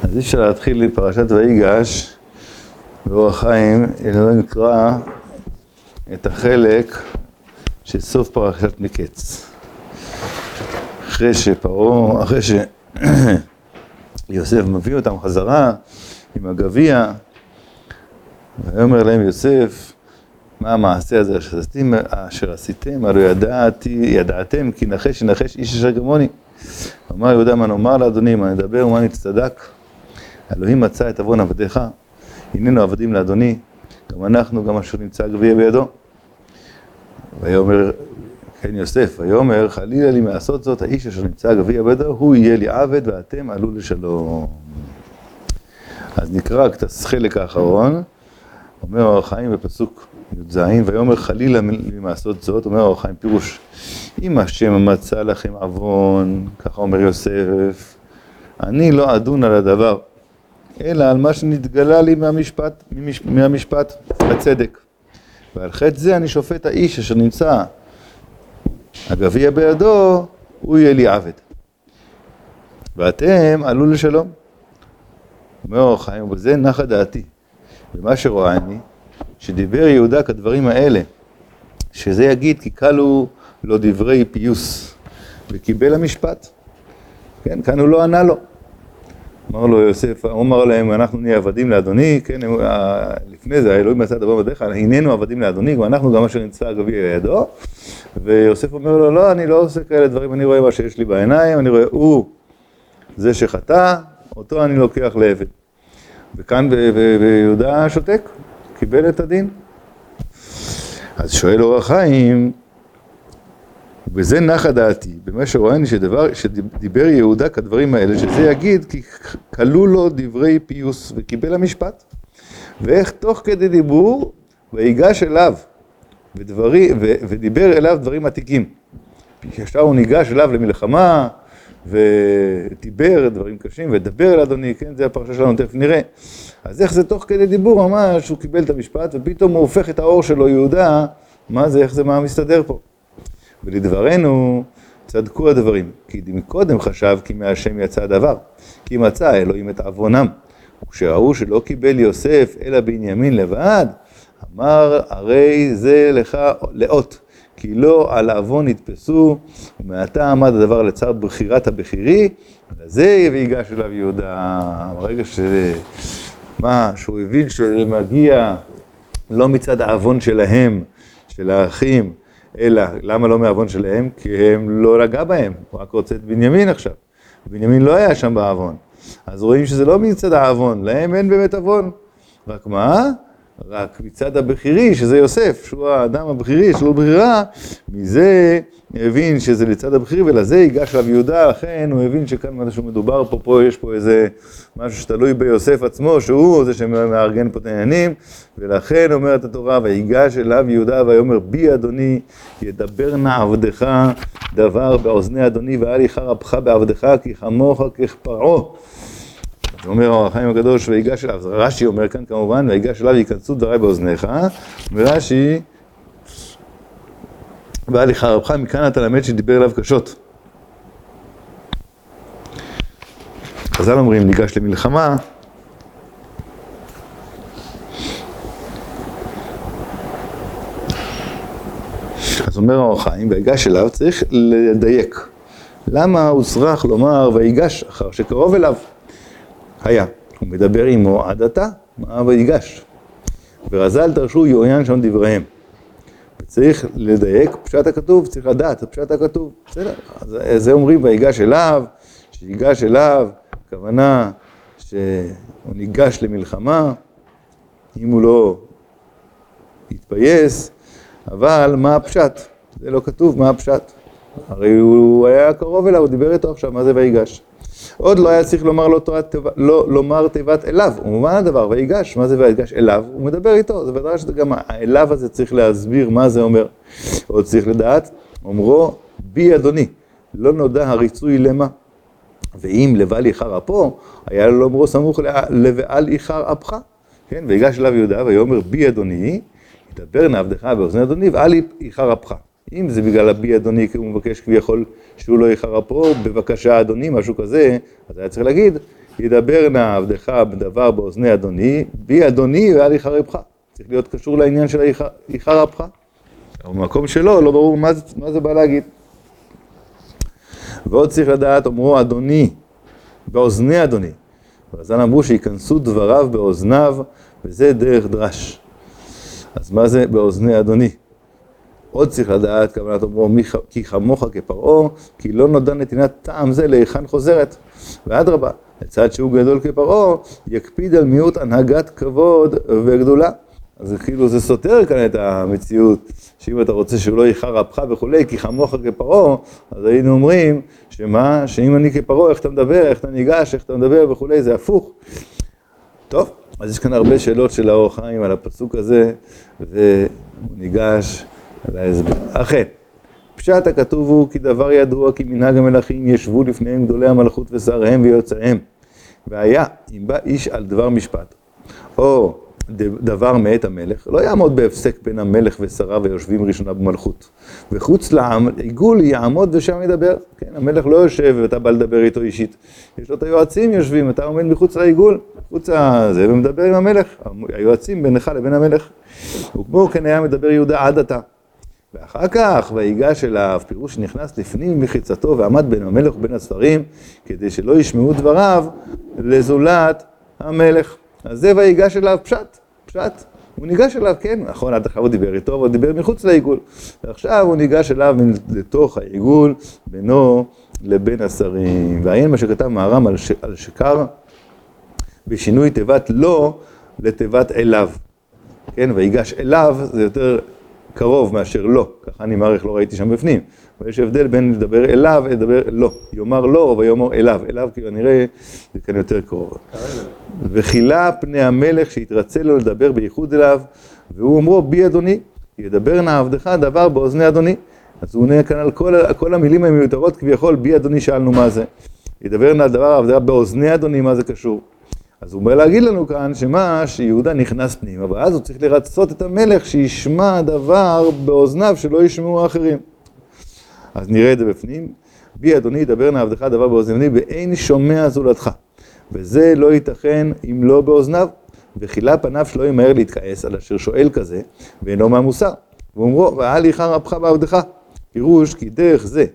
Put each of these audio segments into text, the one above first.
אז אי אפשר להתחיל לפרשת ויגש באורח חיים, אלא נקרא את החלק של סוף פרשת מקץ. אחרי שיוסף מביא אותם חזרה עם הגביע, ואומר להם יוסף, מה המעשה הזה אשר עשיתם? הלא ידעתם כי נחש ינחש איש אשר כמוני. אמר יהודה, מה נאמר לאדוני, מה נדבר ומה נצטדק? אלוהים מצא את עוון עבדיך, הננו עבדים לאדוני, גם אנחנו, גם אשר נמצא הגביע בידו. ויאמר, כן יוסף, ויאמר, חלילה לי מעשות זאת, האיש אשר נמצא הגביע בידו, הוא יהיה לי עבד ואתם עלו לשלום. אז נקרא את החלק האחרון, אומר אור החיים בפסוק י"ז, ויאמר חלילה לי מעשות זאת, אומר אור החיים פירוש, אם השם מצא לכם עוון, ככה אומר יוסף, אני לא אדון על הדבר, אלא על מה שנתגלה לי מהמשפט בצדק. ועל חטא זה אני שופט האיש אשר נמצא הגביע בידו, הוא יהיה לי עבד. ואתם עלו לשלום. אומר אור החיים, ובזה נחה דעתי. ומה שרואה אני, שדיבר יהודה כדברים האלה, שזה יגיד כי קלו לו דברי פיוס, וקיבל המשפט. כן, כאן הוא לא ענה לו. אמר לו יוסף, הוא אמר להם, אנחנו נהיה עבדים לאדוני, כן, לפני זה, האלוהים מצא דבר בדרך, הננו עבדים לאדוני, ואנחנו גם אשר נמצא הגביע לידו, ויוסף אומר לו, לא, אני לא עושה כאלה דברים, אני רואה מה שיש לי בעיניים, אני רואה, הוא זה שחטא, אותו אני לוקח לעבד. וכאן ביהודה שותק, קיבל את הדין. אז שואל אור החיים, וזה נחה דעתי, במה שרואה שדיבר יהודה כדברים האלה, שזה יגיד כי קלו לו דברי פיוס וקיבל המשפט. ואיך תוך כדי דיבור, ויגש אליו ודיבר אליו דברים עתיקים. ישר הוא ניגש אליו למלחמה, ודיבר דברים קשים, ודבר אל אדוני, כן, זה הפרשה שלנו, תכף נראה. אז איך זה תוך כדי דיבור ממש, הוא קיבל את המשפט, ופתאום הוא הופך את האור שלו יהודה, מה זה, איך זה, מה מסתדר פה? ולדברנו צדקו הדברים, כי מקודם חשב כי מהשם יצא הדבר, כי מצא אלוהים את עוונם, וכשראו שלא קיבל יוסף אלא בנימין לבד, אמר הרי זה לך לאות, כי לא על עוון נתפסו, ומעתה עמד הדבר לצד בחירת הבחירי, לזה ויגש אליו יהודה. ברגע שהוא הבין שזה מגיע לא מצד העוון שלהם, של האחים, אלא למה לא מהעוון שלהם? כי הם לא רגע בהם, הוא רק רוצה את בנימין עכשיו. בנימין לא היה שם בעוון. אז רואים שזה לא מצד העוון, להם אין באמת עוון. רק מה? רק מצד הבחירי, שזה יוסף, שהוא האדם הבחירי, יש לו בחירה, מזה הבין שזה לצד הבחירי, ולזה ייגש אליו יהודה, לכן הוא הבין שכאן משהו מדובר פה, יש פה איזה משהו שתלוי ביוסף עצמו, שהוא זה שמארגן פה את העניינים, ולכן אומרת התורה, ויגש אליו יהודה, ויאמר בי אדוני, ידבר נא עבדך דבר באוזני אדוני, ואל יחר אפך בעבדך, כי חמוך כפרעה. אומר אור החיים הקדוש, ויגש אליו, רש"י אומר כאן כמובן, ויגש אליו ייכנסו דברי באוזניך, ורש"י, ואל יחר אפך, מכאן אתה למד שדיבר אליו קשות. חז"ל אומרים, ניגש למלחמה, אז אומר אור החיים, ויגש אליו, צריך לדייק. למה הוא צריך לומר, ויגש אחר שקרוב אליו? היה, הוא מדבר עמו עד עתה, מה ויגש? ורז"ל דרשו יעוין שם דבריהם. וצריך לדייק, פשט הכתוב, צריך לדעת, פשט הכתוב. בסדר, אז זה אומרים, ויגש אליו, שיגש אליו, הכוונה שהוא ניגש למלחמה, אם הוא לא יתפייס, אבל מה הפשט? זה לא כתוב, מה הפשט? הרי הוא היה קרוב אליו, הוא דיבר איתו עכשיו, מה זה ויגש? עוד לא היה צריך לומר תיבת אליו, הוא מובן הדבר, ויגש, מה זה ויגש אליו? הוא מדבר איתו, זה ודאי שגם האליו הזה צריך להסביר מה זה אומר. עוד צריך לדעת, אומרו בי אדוני, לא נודע הריצוי למה, ואם לבל יחר אפו, היה לו אומרו סמוך לבל יחר אפך, כן, ויגש אליו יהודה, ויאמר בי אדוני, ידבר נא עבדך באוזני אדוני, ואל יחר אפך. אם זה בגלל הבי אדוני, כי הוא מבקש כביכול שהוא לא יחר אפו, בבקשה אדוני, משהו כזה, אז היה צריך להגיד, ידבר נא עבדך בדבר באוזני אדוני, בי אדוני ואל יחר אפך. צריך להיות קשור לעניין של יחר אפך. במקום שלו לא ברור מה זה בא להגיד. ועוד צריך לדעת, אומרו אדוני, באוזני אדוני. ורז"ל אמרו שיכנסו דבריו באוזניו, וזה דרך דרש. אז מה זה באוזני אדוני? עוד צריך לדעת, כוונת אומרו, כי חמוך כפרעה, כי לא נודע נתינת טעם זה להיכן חוזרת. ואדרבה, לצד שהוא גדול כפרעה, יקפיד על מיעוט הנהגת כבוד וגדולה. אז כאילו זה סותר כאן את המציאות, שאם אתה רוצה שהוא לא יחר אפך וכולי, כי חמוך כפרעה, אז היינו אומרים, שמה? שאם אני כפרעה, איך אתה מדבר, איך אתה ניגש, איך אתה מדבר וכולי, זה הפוך. טוב, אז יש כאן הרבה שאלות של האור החיים על הפסוק הזה, והוא ניגש על ההסבר. אכן, פשט הכתוב הוא כי דבר ידוע כי מנהג המלכים ישבו לפניהם גדולי המלכות ושריהם ויוצאיהם. והיה, אם בא איש על דבר משפט, או דבר מאת המלך, לא יעמוד בהפסק בין המלך ושריו ויושבים ראשונה במלכות. וחוץ לעיגול יעמוד ושם ידבר. כן, המלך לא יושב ואתה בא לדבר איתו אישית. יש לו את היועצים יושבים, אתה עומד מחוץ לעיגול, מחוץ לזה, ומדבר עם המלך. היועצים בינך לבין המלך. וכמו כן היה מדבר יהודה עד עתה. ואחר כך, ויגש אליו, פירוש נכנס לפנים מחיצתו ועמד בין המלך ובין השרים, כדי שלא ישמעו דבריו לזולת המלך. אז זה ויגש אליו פשט. הוא ניגש אליו, כן, נכון, עד עכשיו הוא דיבר איתו, אבל הוא דיבר מחוץ לעיגול. ועכשיו הוא ניגש אליו לתוך העיגול, בינו לבין השרים. והעין מה שכתב מהר"ם על שקר, בשינוי תיבת לא לתיבת אליו. כן, ויגש אליו זה יותר קרוב מאשר לא, ככה אני מעריך, לא ראיתי שם בפנים. אבל יש הבדל בין לדבר אליו לדבר לא. יאמר לא ויאמר אליו. אליו כאילו נראה זה כאן יותר קרוב. וחילה פני המלך שהתרצה לו לדבר בייחוד אליו, והוא אומרו בי אדוני, ידבר נא עבדך דבר באוזני אדוני. אז הוא עונה כאן על כל המילים המיותרות כביכול, בי אדוני שאלנו מה זה. ידבר נא דבר עבדך באוזני אדוני, מה זה קשור. אז הוא אומר להגיד לנו כאן שיהודה נכנס פנים, אבל אז הוא צריך לרצות את המלך שישמע דבר באוזניו שלא ישמעו האחרים. אז נראה את זה בפנים. בי אדוני ידבר נא עבדך דבר באוזני ואין שומע זולתך. וזה לא ייתכן אם לא באוזניו. וחילה פניו שלא ימהר להתכעס על אשר שואל כזה ואינו מהמוסר. ואומרו ואל יחר אפך בעבדך. פירוש כי דרך זה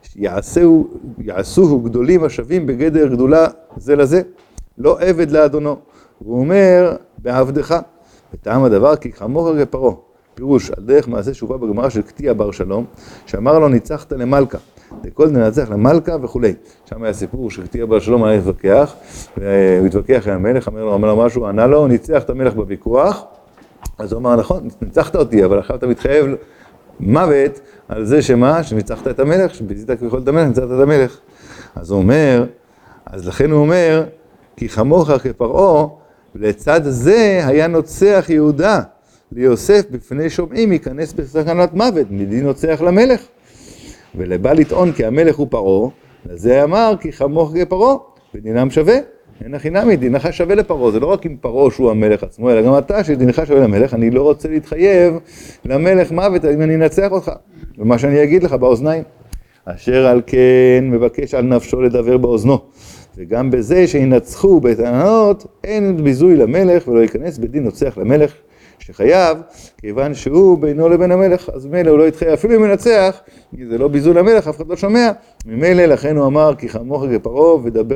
יעשוהו גדולים השווים בגדר גדולה זה לזה. לא עבד לאדונו, והוא אומר בעבדך, וטעם הדבר כי חמוך כפרעה, פירוש על דרך מעשה שובה בגמרא של קטיה בר שלום, שאמר לו ניצחת למלכה, דכל ננצח למלכה וכולי. שם היה סיפור שקטיה בר שלום היה להתווכח, והוא התווכח עם המלך, אמר לו משהו, ענה לו, ניצח את המלך בוויכוח, אז הוא אמר נכון, ניצחת אותי, אבל עכשיו אתה מתחייב מוות על זה שניצחת את המלך, שביזית כביכול את המלך, ניצחת את המלך. אז הוא אומר, אז לכן הוא אומר, כי חמוך כפרעה, ולצד זה היה נוצח יהודה ליוסף בפני שומעים, ייכנס בסכנת מוות, מדין נוצח למלך. ולבא לטעון כי המלך הוא פרעה, לזה אמר כי חמוך כפרעה, ודינם שווה. אין הכי נמי, דינך שווה לפרעה, זה לא רק עם פרעה שהוא המלך עצמו, אלא גם אתה שדינך שווה למלך, אני לא רוצה להתחייב למלך מוות אם אני אנצח אותך, ומה שאני אגיד לך באוזניים. אשר על כן מבקש על נפשו לדבר באוזנו. וגם בזה שינצחו בטענות, אין ביזוי למלך ולא ייכנס בדין נוצח למלך שחייב, כיוון שהוא בינו לבין המלך, אז ממילא הוא לא יתחייב, אפילו אם ינצח, כי זה לא ביזוי למלך, אף אחד לא שומע, ממילא לכן הוא אמר, כי חמוך כפרעה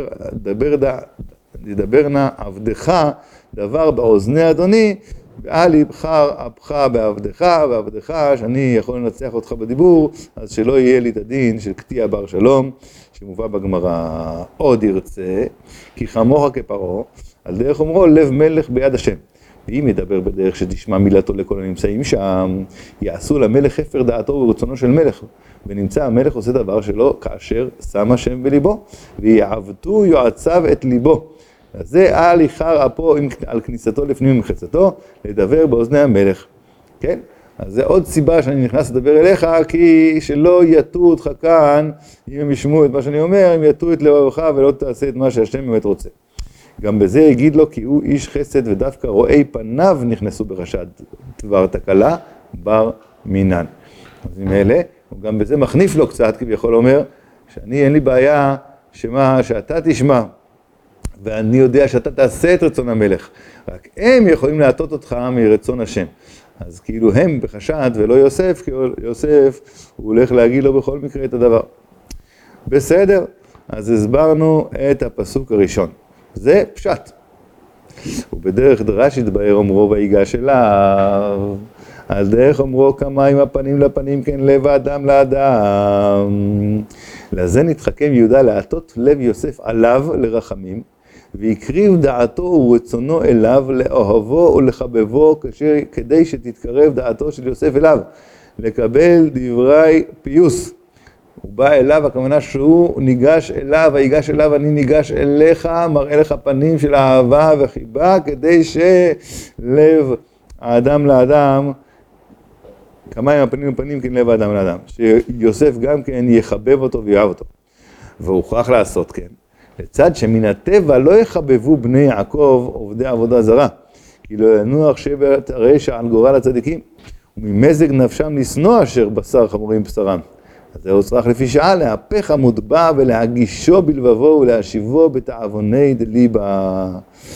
ודבר נא עבדך דבר באוזני אדוני, ואל יבחר אפך בעבדך, שאני יכול לנצח אותך בדיבור, אז שלא יהיה לי את הדין של קטיה בר שלום, שמובא בגמרא. עוד ירצה, כי חמוך כפרעה, על דרך אומרו לב מלך ביד השם. ואם ידבר בדרך שתשמע מילתו לכל הנמצאים שם, יעשו למלך חפר דעתו ורצונו של מלך. ונמצא המלך עושה דבר שלו כאשר שם השם בליבו, ויעבטו יועציו את ליבו. אז זה אל יחר אפו על כניסתו לפנים ומחצתו, לדבר באוזני המלך. כן? אז זה עוד סיבה שאני נכנס לדבר אליך, כי שלא יטו אותך כאן, אם הם ישמעו את מה שאני אומר, הם יטו את לבבך ולא תעשה את מה שהשם באמת רוצה. גם בזה יגיד לו כי הוא איש חסד ודווקא רואי פניו נכנסו בחשד דבר תקלה בר מינן. אז ממילא, הוא גם בזה מחניף לו קצת, כביכול אומר, שאני אין לי בעיה שאתה תשמע ואני יודע שאתה תעשה את רצון המלך, רק הם יכולים להטות אותך מרצון השם. אז כאילו הם בחשד ולא יוסף, כי יוסף הוא הולך להגיד לו בכל מקרה את הדבר. בסדר, אז הסברנו את הפסוק הראשון. זה פשט. ובדרך דרש יתבהר אומרו ויגש אליו. על דרך אומרו כמים הפנים לפנים כן לב האדם לאדם. לזה נתחכם יהודה להטות לב יוסף עליו לרחמים, ויקריב דעתו ורצונו אליו לאוהבו ולחבבו כדי שתתקרב דעתו של יוסף אליו, לקבל דברי פיוס. הוא בא אליו, הכוונה שהוא ניגש אליו, ויגש אליו אני ניגש אליך, מראה לך פנים של אהבה וחיבה, כדי שלב האדם לאדם, כמים הפנים לפנים כן לב האדם לאדם, שיוסף גם כן יחבב אותו ויאהב אותו. והוא הוכרח לעשות כן. לצד שמן הטבע לא יחבבו בני יעקב עובדי עבודה זרה, כי לא ינוח שבט הרשע על גורל הצדיקים, וממזג נפשם לשנוא אשר בשר חמורים בשרם. אז זהו צריך לפי שעה להפך המוטבע ולהגישו בלבבו ולהשיבו בתאבוני דליבה.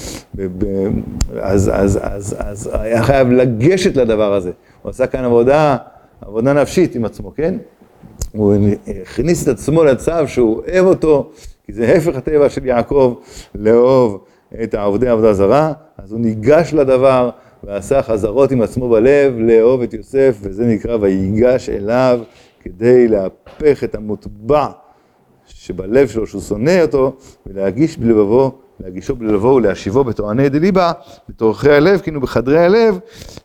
אז היה חייב לגשת לדבר הזה. הוא עשה כאן עבודה נפשית עם עצמו, כן? הוא הכניס את עצמו לצו שהוא אוהב אותו, כי זה הפך הטבע של יעקב לאהוב את העובדי עבודה זרה, אז הוא ניגש לדבר ועשה חזרות עם עצמו בלב לאהוב את יוסף, וזה נקרא ויגש אליו, כדי להפך את המוטבע שבלב שלו שהוא שונא אותו, להגישו בלבבו ולהשיבו בתואני דליבה, בתורכי הלב, כאילו בחדרי הלב,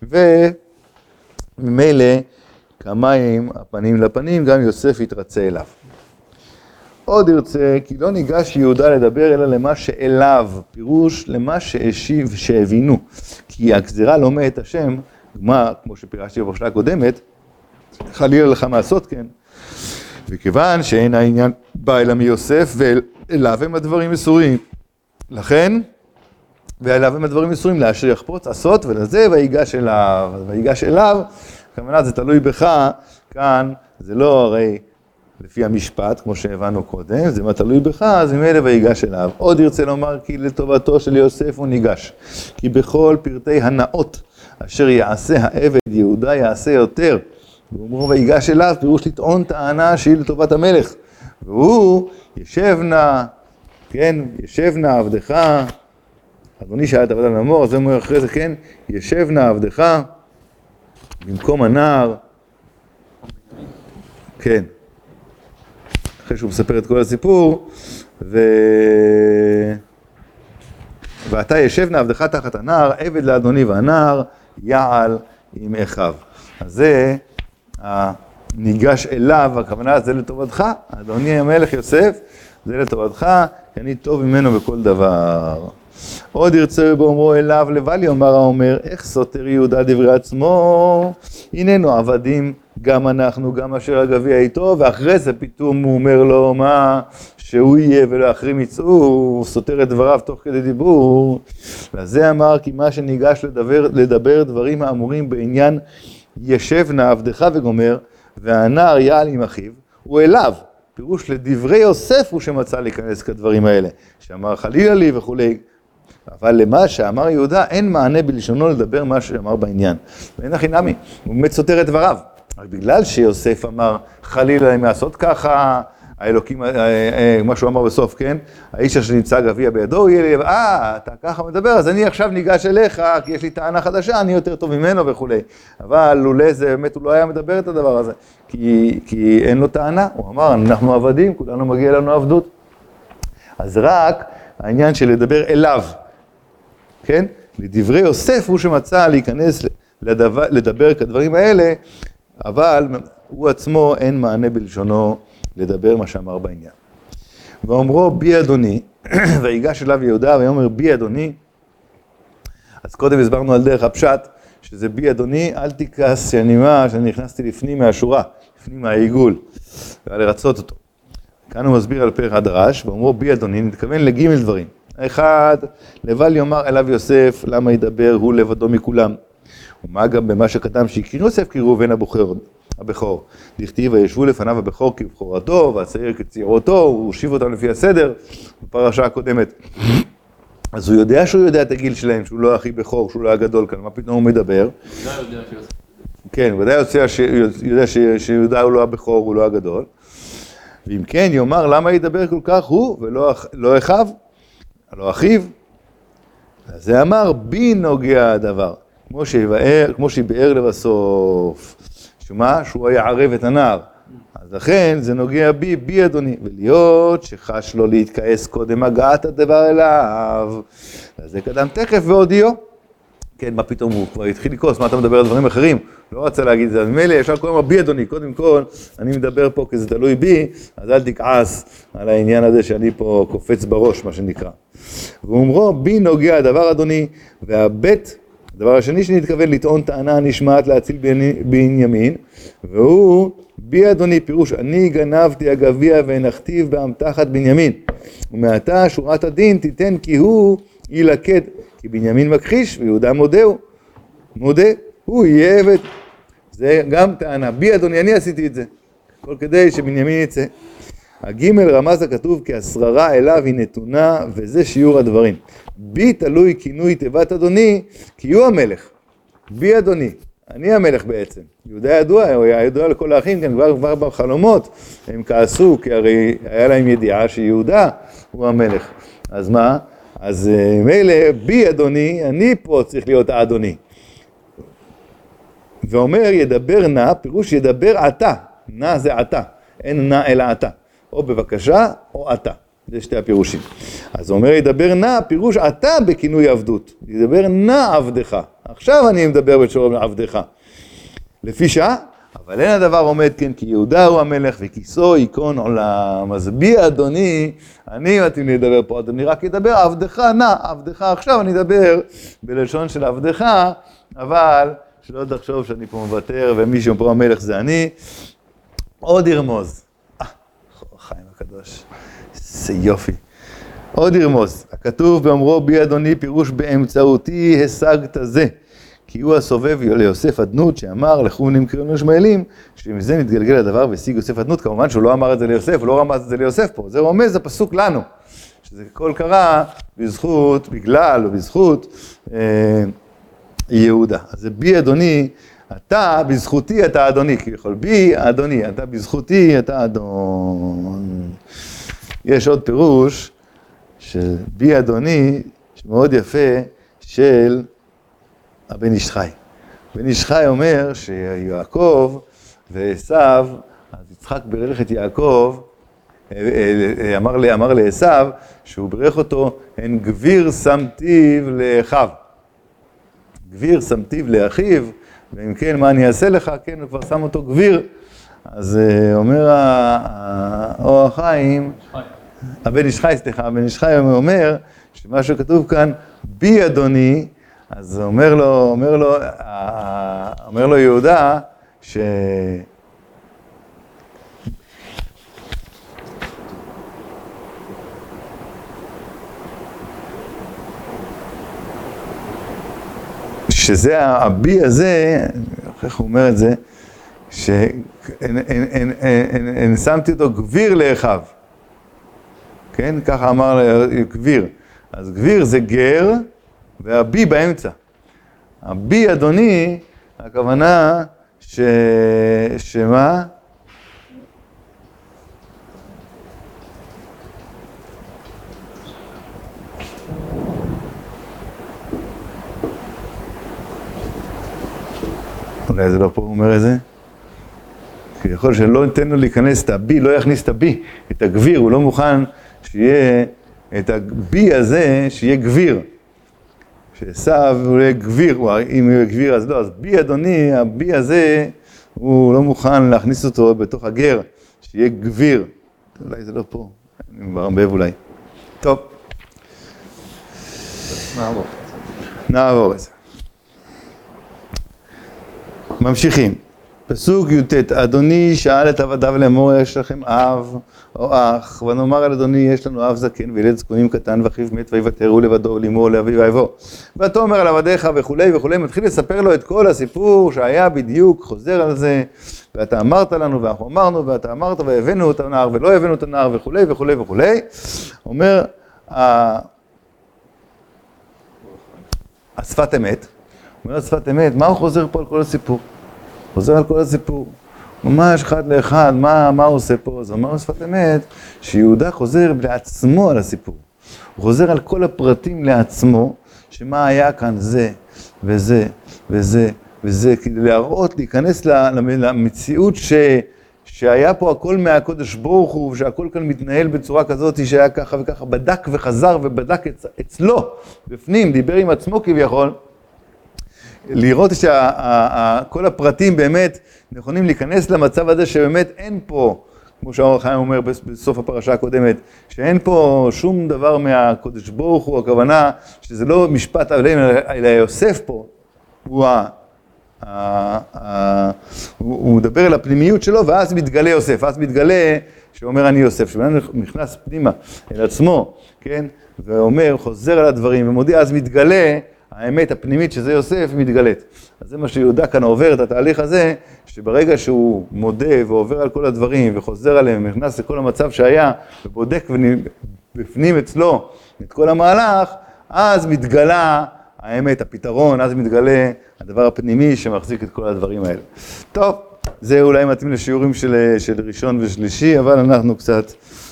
וממילא כמים הפנים לפנים, גם יוסף יתרצה אליו. עוד ירצה, כי לא ניגש יהודה לדבר אלא למה שאליו, פירוש למה שהבינו, כי הגזירה לא מאת השם, כמו שפירשתי בפרשה הקודמת, חלילה לך מעשות, כן? וכיוון שאין העניין בא אלא מיוסף, ואליו הם הדברים מסורים. לכן, ואליו הם הדברים מסורים, לאשר יחפוץ עשות, ולזה ויגש אליו. ויגש אליו, כמובן זה תלוי בך, כאן זה לא הרי לפי המשפט, כמו שהבנו קודם, זה מה תלוי בך, אז ממילא ויגש אליו. עוד ירצה לומר כי לטובתו של יוסף הוא ניגש, כי בכל פרטי הנאות אשר יעשה העבד יהודה יעשה יותר, ואומרו ויגש אליו, פירוש לטעון טענה שהיא לטובת המלך. והוא ישב נא, כן, ישב נא עבדך, אדוני שהיה את עבד על המור, אז זה אומר אחרי זה, כן, ישב נא עבדך, במקום הנער, כן, אחרי שהוא מספר את כל הסיפור, ואתה ישב נא עבדך תחת הנער, עבד לאדוני והנער, יעל עם אחיו. אז זה, ניגש אליו, הכוונה זה לטובתך, אדוני המלך יוסף, זה לטובתך, כי אני טוב ממנו בכל דבר. עוד ירצה באומרו אליו לבל יאמר האומר, איך סותר יהודה דברי עצמו, הננו עבדים, גם אנחנו, גם אשר הגביע איתו, ואחרי זה פתאום הוא אומר לו מה, שהוא יהיה ולאחרים יצאו, הוא סותר את דבריו תוך כדי דיבור. וזה אמר כי מה שניגש לדבר דברים האמורים בעניין ישב נא עבדך וגומר, והנער יעל עם אחיו, הוא אליו, פירוש לדברי יוסף הוא שמצא להיכנס כדברים האלה, שאמר חלילה לי וכולי, אבל למה שאמר יהודה אין מענה בלשונו לדבר מה שאמר בעניין, ואין הכי נמי, הוא באמת סותר את דבריו, רק בגלל שיוסף אמר חלילה להם לעשות ככה, האלוקים, מה שהוא אמר בסוף, כן? האיש אשר נמצא גביע בידו, הוא יהיה לי, אתה ככה מדבר, אז אני עכשיו ניגש אליך, כי יש לי טענה חדשה, אני יותר טוב ממנו וכולי. אבל לולא זה, באמת הוא לא היה מדבר את הדבר הזה, כי אין לו טענה. הוא אמר, אנחנו עבדים, כולנו מגיע לנו עבדות. אז רק העניין של לדבר אליו, כן? לדברי יוסף הוא שמצא להיכנס, לדבר כדברים האלה, אבל הוא עצמו אין מענה בלשונו, לדבר מה שאמר בעניין. ואומרו בי אדוני, ויגש אליו יהודה ויאמר בי אדוני, אז קודם הסברנו על דרך הפשט, שזה בי אדוני, אל תכעס שאני נכנסתי לפנים מהשורה, לפנים מהעיגול, ועל לרצות אותו. כאן הוא מסביר על פרק הדרש, ואומרו בי אדוני, נתכוון לגימל דברים. האחד, לבל יאמר אליו יוסף, למה ידבר הוא לבדו מכולם. ומה גם במה שקדם שהקריא יוסף כראובן הבכור. דכתיב וישבו לפניו הבכור כבכורתו, והצעיר כצעירותו, הוא הושיב אותם לפי הסדר, בפרשה הקודמת. אז הוא יודע שהוא יודע את הגיל שלהם, שהוא לא הכי בכור, שהוא לא הגדול כאן, מה פתאום הוא מדבר? כן, הוא ודאי יודע שיהודה הוא לא הבכור, הוא לא הגדול. ואם כן, יאמר למה ידבר כל כך הוא ולא אחיו, לא אחיו. אז זה אמר בי נוגע הדבר, כמו שיבאר לבסוף. שמה? שהוא היה ערב את הנער. אז לכן זה נוגע בי אדוני, ולהיות שחש לו להתכעס קודם הגעת הדבר אליו, אז זה קדם תכף והודיעו. כן, מה פתאום הוא כבר התחיל לקרוס, מה אתה מדבר על דברים אחרים? לא רצה להגיד את זה, אז ממילא ישר קוראים בי אדוני, קודם כל אני מדבר פה כי זה תלוי בי, אז אל תכעס על העניין הזה שאני פה קופץ בראש, מה שנקרא. ואומרו בי נוגע הדבר אדוני, והבית, הדבר השני שנתכוון לטעון טענה נשמעת להציל בנימין, והוא בי אדוני פירוש אני גנבתי הגביע והנחתיו באמתחת בנימין, ומעתה שורת הדין תיתן כי הוא ילכד, כי בנימין מכחיש ויהודה מודה, הוא יהיה עבד. זה גם טענה, בי אדוני אני עשיתי את זה, כל כדי שבנימין יצא. הגימל רמז הכתוב כי השררה אליו היא נתונה, וזה שיעור הדברים. בי תלוי כינוי תיבת אדוני, כי הוא המלך. בי אדוני, אני המלך בעצם. יהודה ידוע, הוא היה ידוע לכל האחים, כן, כבר בחלומות הם כעסו, כי הרי היה להם ידיעה שיהודה הוא המלך. אז מה? אז מילא בי אדוני, אני פה צריך להיות האדוני. ואומר ידבר נא, פירוש ידבר עתה, נא זה עתה, אין נא אלא עתה. או בבקשה או עתה, זה שתי הפירושים. אז הוא אומר ידבר נא, פירוש עתה בכינוי עבדות. ידבר נא עבדך, עכשיו אני מדבר בלשון עבדך. לפי שעה, אבל אין הדבר עומד כן כי יהודה הוא המלך וכיסו ייכון עולם. אז בי אדוני, אני מתאים לי לדבר פה אדוני, רק ידבר עבדך נא, עבדך עכשיו אני אדבר בלשון של עבדך, אבל שלא תחשוב שאני פה מוותר ומישהו פה המלך זה אני. עוד ירמוז. חיים הקדוש, זה יופי. עוד ירמוז, הכתוב באומרו בי אדוני פירוש באמצעותי השגת זה, כי הוא הסובב ליוסף אדנות שאמר לכו נמכרו לשמעאלים, שמזה נתגלגל הדבר והשיג יוסף אדנות. כמובן שהוא לא אמר את זה ליוסף, הוא לא רמז את זה ליוסף פה, זה רומז, זה פסוק לנו, שזה הכל קרה בזכות, בגלל ובזכות יהודה. אז זה בי אדוני, אתה בזכותי אתה אדוני, כי יכול בי אדוני, אתה בזכותי אתה אדון. יש עוד פירוש של בי אדוני, שמאוד יפה, של הבן איש חי. בן איש חי אומר שיעקב ועשיו, אז יצחק בירך את יעקב, אמר לעשיו שהוא בירך אותו, הן גביר שמתיו לאחיו. גביר שמתיו לאחיו, ואם כן, מה אני אעשה לך? כן, הוא כבר שם אותו גביר. אז אומר האור החיים, הבן איש חי, סליחה, הבן איש חי אומר שמה שכתוב כאן, בי אדוני, אז אומר לו יהודה, שזה הבי הזה, איך הוא אומר את זה, שמתי אותו גביר לאחיו, כן? ככה אמר גביר. אז גביר זה גר, והבי באמצע. הבי אדוני, הכוונה שמה? אולי זה לא פה הוא אומר את זה? כי יכול להיות שלא ניתן לו להיכנס את הבי, לא יכניס את הבי, את הגביר, הוא לא מוכן שיהיה את הבי הזה, שיהיה גביר. שעשיו הוא יהיה גביר, אם הוא יהיה גביר אז לא, אז בי אדוני, הבי הזה, הוא לא מוכן להכניס אותו בתוך הגר, שיהיה גביר. אולי זה לא פה, אני מרבב אולי. טוב. נעבור את זה. ממשיכים. פסוק י"ט, אדוני שאל את עבדיו לאמור, יש לכם אב או אח, ונאמר על אדוני, יש לנו אב זקן וילד זקונים קטן, ואחיו מת ויוותר לבדו, לאמו לאביו ויבוא. ואתה אומר על עבדיך וכולי וכולי, מתחיל לספר לו את כל הסיפור שהיה בדיוק, חוזר על זה, ואתה אמרת לנו ואנחנו אמרנו, ואתה אמרת והבאנו את הנער ולא הבאנו את הנער וכולי וכולי וכולי. אומר השפת אמת. הוא אומר שפת אמת, מה הוא חוזר פה על כל הסיפור? חוזר על כל הסיפור. ממש אחד לאחד, מה הוא עושה פה? אז הוא אומר שפת אמת, שיהודה חוזר לעצמו על הסיפור. הוא חוזר על כל הפרטים לעצמו, שמה היה כאן זה וזה וזה וזה, כדי להראות, להיכנס למציאות שהיה פה הכל מהקודש ברוך הוא, ושהכל כאן מתנהל בצורה כזאת שהיה ככה וככה, בדק וחזר ובדק אצלו, בפנים, דיבר עם עצמו כביכול, לראות שכל הפרטים באמת נכונים להיכנס למצב הזה שבאמת אין פה, כמו שהאור החיים אומר בסוף הפרשה הקודמת, שאין פה שום דבר מהקודש ברוך הוא, הכוונה שזה לא משפט עליהם, אלא יוסף פה, הוא מדבר על הפנימיות שלו, ואז מתגלה יוסף, אז מתגלה שאומר אני יוסף, שבן נכנס פנימה אל עצמו, כן, ואומר, חוזר על הדברים ומודיע, אז מתגלה האמת הפנימית שזה יוסף מתגלית. אז זה מה שיהודה כאן עובר את התהליך הזה, שברגע שהוא מודה ועובר על כל הדברים וחוזר עליהם, נכנס לכל המצב שהיה ובודק ובפנים אצלו את כל המהלך, אז מתגלה האמת, הפתרון, אז מתגלה הדבר הפנימי שמחזיק את כל הדברים האלה. טוב, זה אולי מתאים לשיעורים של ראשון ושלישי, אבל אנחנו קצת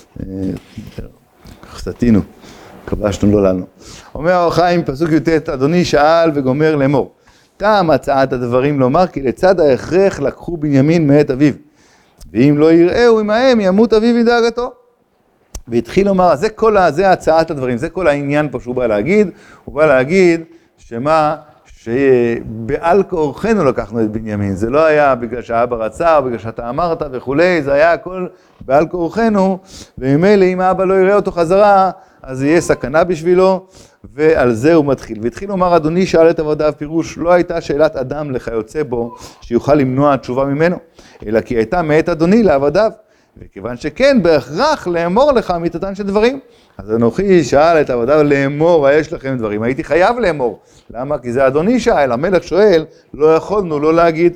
סטינו, כבשנו לא לנו. אומר האור החיים, פסוק י"ט, אדוני שאל וגומר לאמור, טעם הצעת הדברים לומר, כי לצד ההכרח לקחו בנימין מאת אביו, ואם לא יראהו עמהם ימות אביו מדאגתו. והתחיל לומר, זה הצעת הדברים, זה כל העניין פה שהוא בא להגיד, הוא בא להגיד שמה, שבעל כורחנו לקחנו את בנימין, זה לא היה בגלל שהאבא רצה או בגלל שאתה אמרת וכולי, זה היה הכל בעל כורחנו, וממילא אם האבא לא יראה אותו חזרה, אז יהיה סכנה בשבילו, ועל זה הוא מתחיל. והתחיל לומר, אדוני שאל את עבדיו, פירוש, לא הייתה שאלת אדם לכיוצא בו, שיוכל למנוע תשובה ממנו, אלא כי הייתה מאת אדוני לעבדיו, וכיוון שכן, בהכרח לאמור לך אמיתתן של דברים. אז אנוכי שאל את עבדיו לאמור, יש לכם דברים, הייתי חייב לאמור. למה? כי זה אדוני שאל, המלך שואל, לא יכולנו לא להגיד.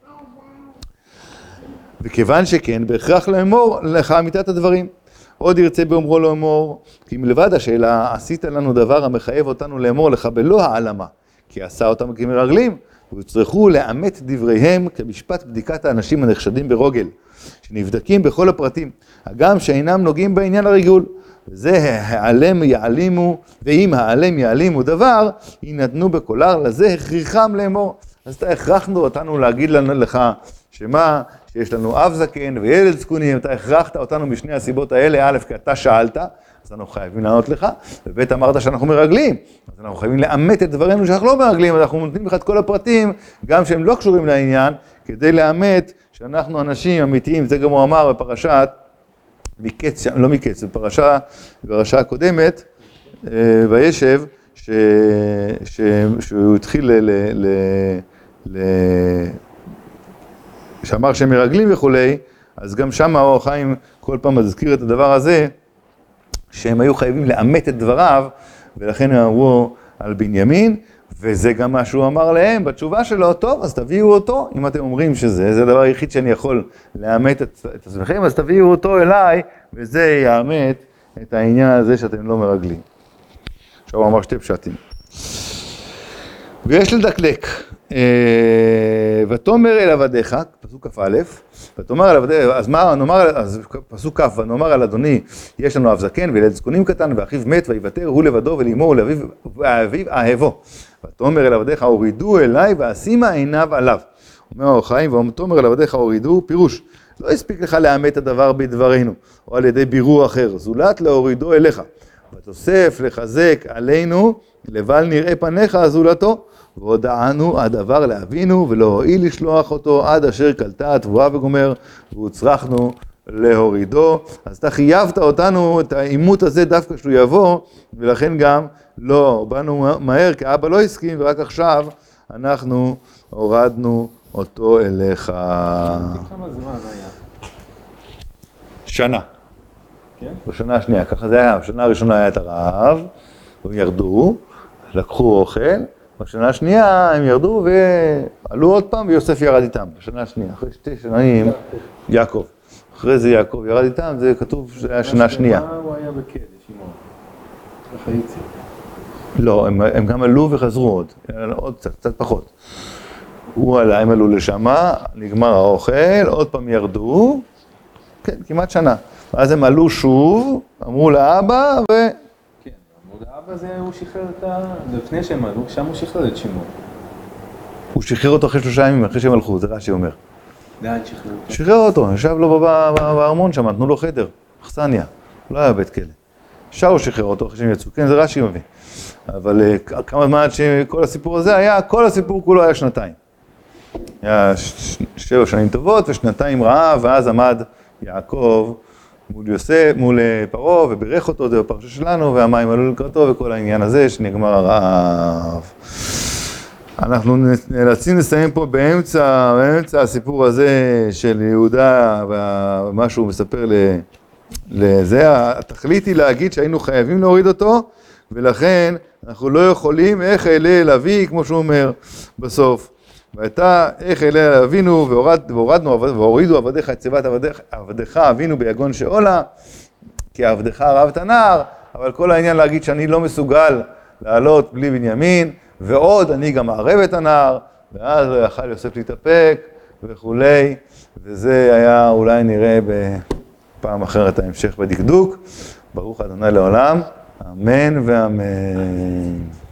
וכיוון שכן, בהכרח לאמור לך אמיתת הדברים. עוד ירצה באומרו לאמור, כי מלבד השאלה, עשית לנו דבר המחייב אותנו לאמור לך בלא העלמה, כי עשה אותם כמרגלים, וצריכו לאמת דבריהם כמשפט בדיקת האנשים הנחשדים ברוגל, שנבדקים בכל הפרטים, הגם שאינם נוגעים בעניין הריגול. וזה העלם יעלימו, ואם העלם יעלימו דבר, ינתנו בקולר, לזה הכריחם לאמור. אז אתה הכרחנו אותנו להגיד לך שמה, שיש לנו אב זקן וילד זקונים, אתה הכרחת אותנו משני הסיבות האלה, א', כי אתה שאלת, אז אנחנו חייבים לענות לך, וב' אמרת שאנחנו מרגלים, אז אנחנו חייבים לאמת את דברינו שאנחנו לא מרגלים, אז אנחנו נותנים לך את כל הפרטים, גם שהם לא קשורים לעניין, כדי לאמת שאנחנו אנשים אמיתיים. זה גם הוא אמר בפרשת, לא מקץ, בפרשה הקודמת, וישב, שהוא התחיל שאמר שהם מרגלים וכולי, אז גם שם האור החיים כל פעם מזכיר את הדבר הזה, שהם היו חייבים לאמת את דבריו, ולכן הם אמרו על בנימין, וזה גם מה שהוא אמר להם בתשובה שלו, טוב, אז תביאו אותו, אם אתם אומרים שזה הדבר היחיד שאני יכול לאמת את עצמכם, אז תביאו אותו אליי, וזה יאמת את העניין הזה שאתם לא מרגלים. עכשיו הוא אמר שתי פשטים. ויש לדקלק, ותאמר אל עבדיך, פסוק כ"א, ותאמר אל עבדיך, אז מה נאמר, אז פסוק כ', ונאמר על אדוני, יש לנו אב זקן וילד זקונים קטן, ואחיו מת ויוותר, הוא לבדו ולאמו ולאביו אהבו. ותאמר אל עבדיך, הורידו אליי ואשימה עיניו עליו. אומר האור החיים, ותאמר אל עבדיך, הורידו, פירוש, לא הספיק לך לאמת הדבר בדברינו, או על ידי בירור אחר, זולת להורידו אליך. ותוסף לחזק עלינו, לבל נראה פניך זולתו, והודענו הדבר לאבינו, ולא הועיל לשלוח אותו עד אשר קלטה התבואה וגומר, והוצרכנו להורידו. אז אתה חייבת אותנו את העימות הזה דווקא שהוא יבוא, ולכן גם לא באנו מהר, כי אבא לא הסכים, ורק עכשיו אנחנו הורדנו אותו אליך. כמה זמן היה? שנה. כן? בשנה השנייה, ככה זה היה. בשנה הראשונה היה את הרעב, הם ירדו, לקחו אוכל, בשנה השנייה הם ירדו ועלו עוד פעם, ויוסף ירד איתם. בשנה השנייה, אחרי 2 שנים, יעקב. אחרי זה יעקב ירד איתם, זה כתוב שזה היה שנה שנייה. מה הוא היה בקדש, שמעון? איך הייתי? לא, הם גם עלו וחזרו עוד קצת פחות. הוא עלה, הם עלו לשמה, נגמר האוכל, עוד פעם ירדו, כן, כמעט שנה. אז הם עלו שוב, אמרו לאבא ו... כן, אמרו לאבא זה הוא שחרר את ה... לפני שהם עלו, שם הוא שחרר את שמעון. הוא שחרר אותו אחרי 3 ימים, אחרי שהם הלכו, זה רש"י אומר. לאן שחרר אותו? שחרר אותו, ישב לו בארמון שם, נתנו לו חדר, אכסניה, לא היה בית כלא. ישר הוא שחרר אותו אחרי שהם יצאו, כן, זה רש"י מביא. אבל כמה זמן עד שכל הסיפור הזה היה, כל הסיפור כולו היה 2. היה 7 שנים טובות ו2 רעב, ואז עמד יעקב מול יוסף, מול פרעה, ובירך אותו, זה בפרשה שלנו, והמים עלו לקראתו, וכל העניין הזה שנגמר הרעב. אנחנו נאלצים לסיים פה באמצע הסיפור הזה של יהודה, ומה שהוא מספר לזה. התכלית היא להגיד שהיינו חייבים להוריד אותו, ולכן אנחנו לא יכולים איך אלה להביא, כמו שהוא אומר בסוף. והייתה איך אלה אבינו והורדנו והורידו עבדיך את שיבת עבדיך אבינו ביגון שאולה, כי עבדך רב את הנער, אבל כל העניין להגיד שאני לא מסוגל לעלות בלי בנימין, ועוד אני גם מערב את הנער, ואז לא יכל יוסף להתאפק וכולי, וזה היה אולי נראה בפעם אחרת ההמשך בדקדוק. ברוך ה' לעולם, אמן ואמן.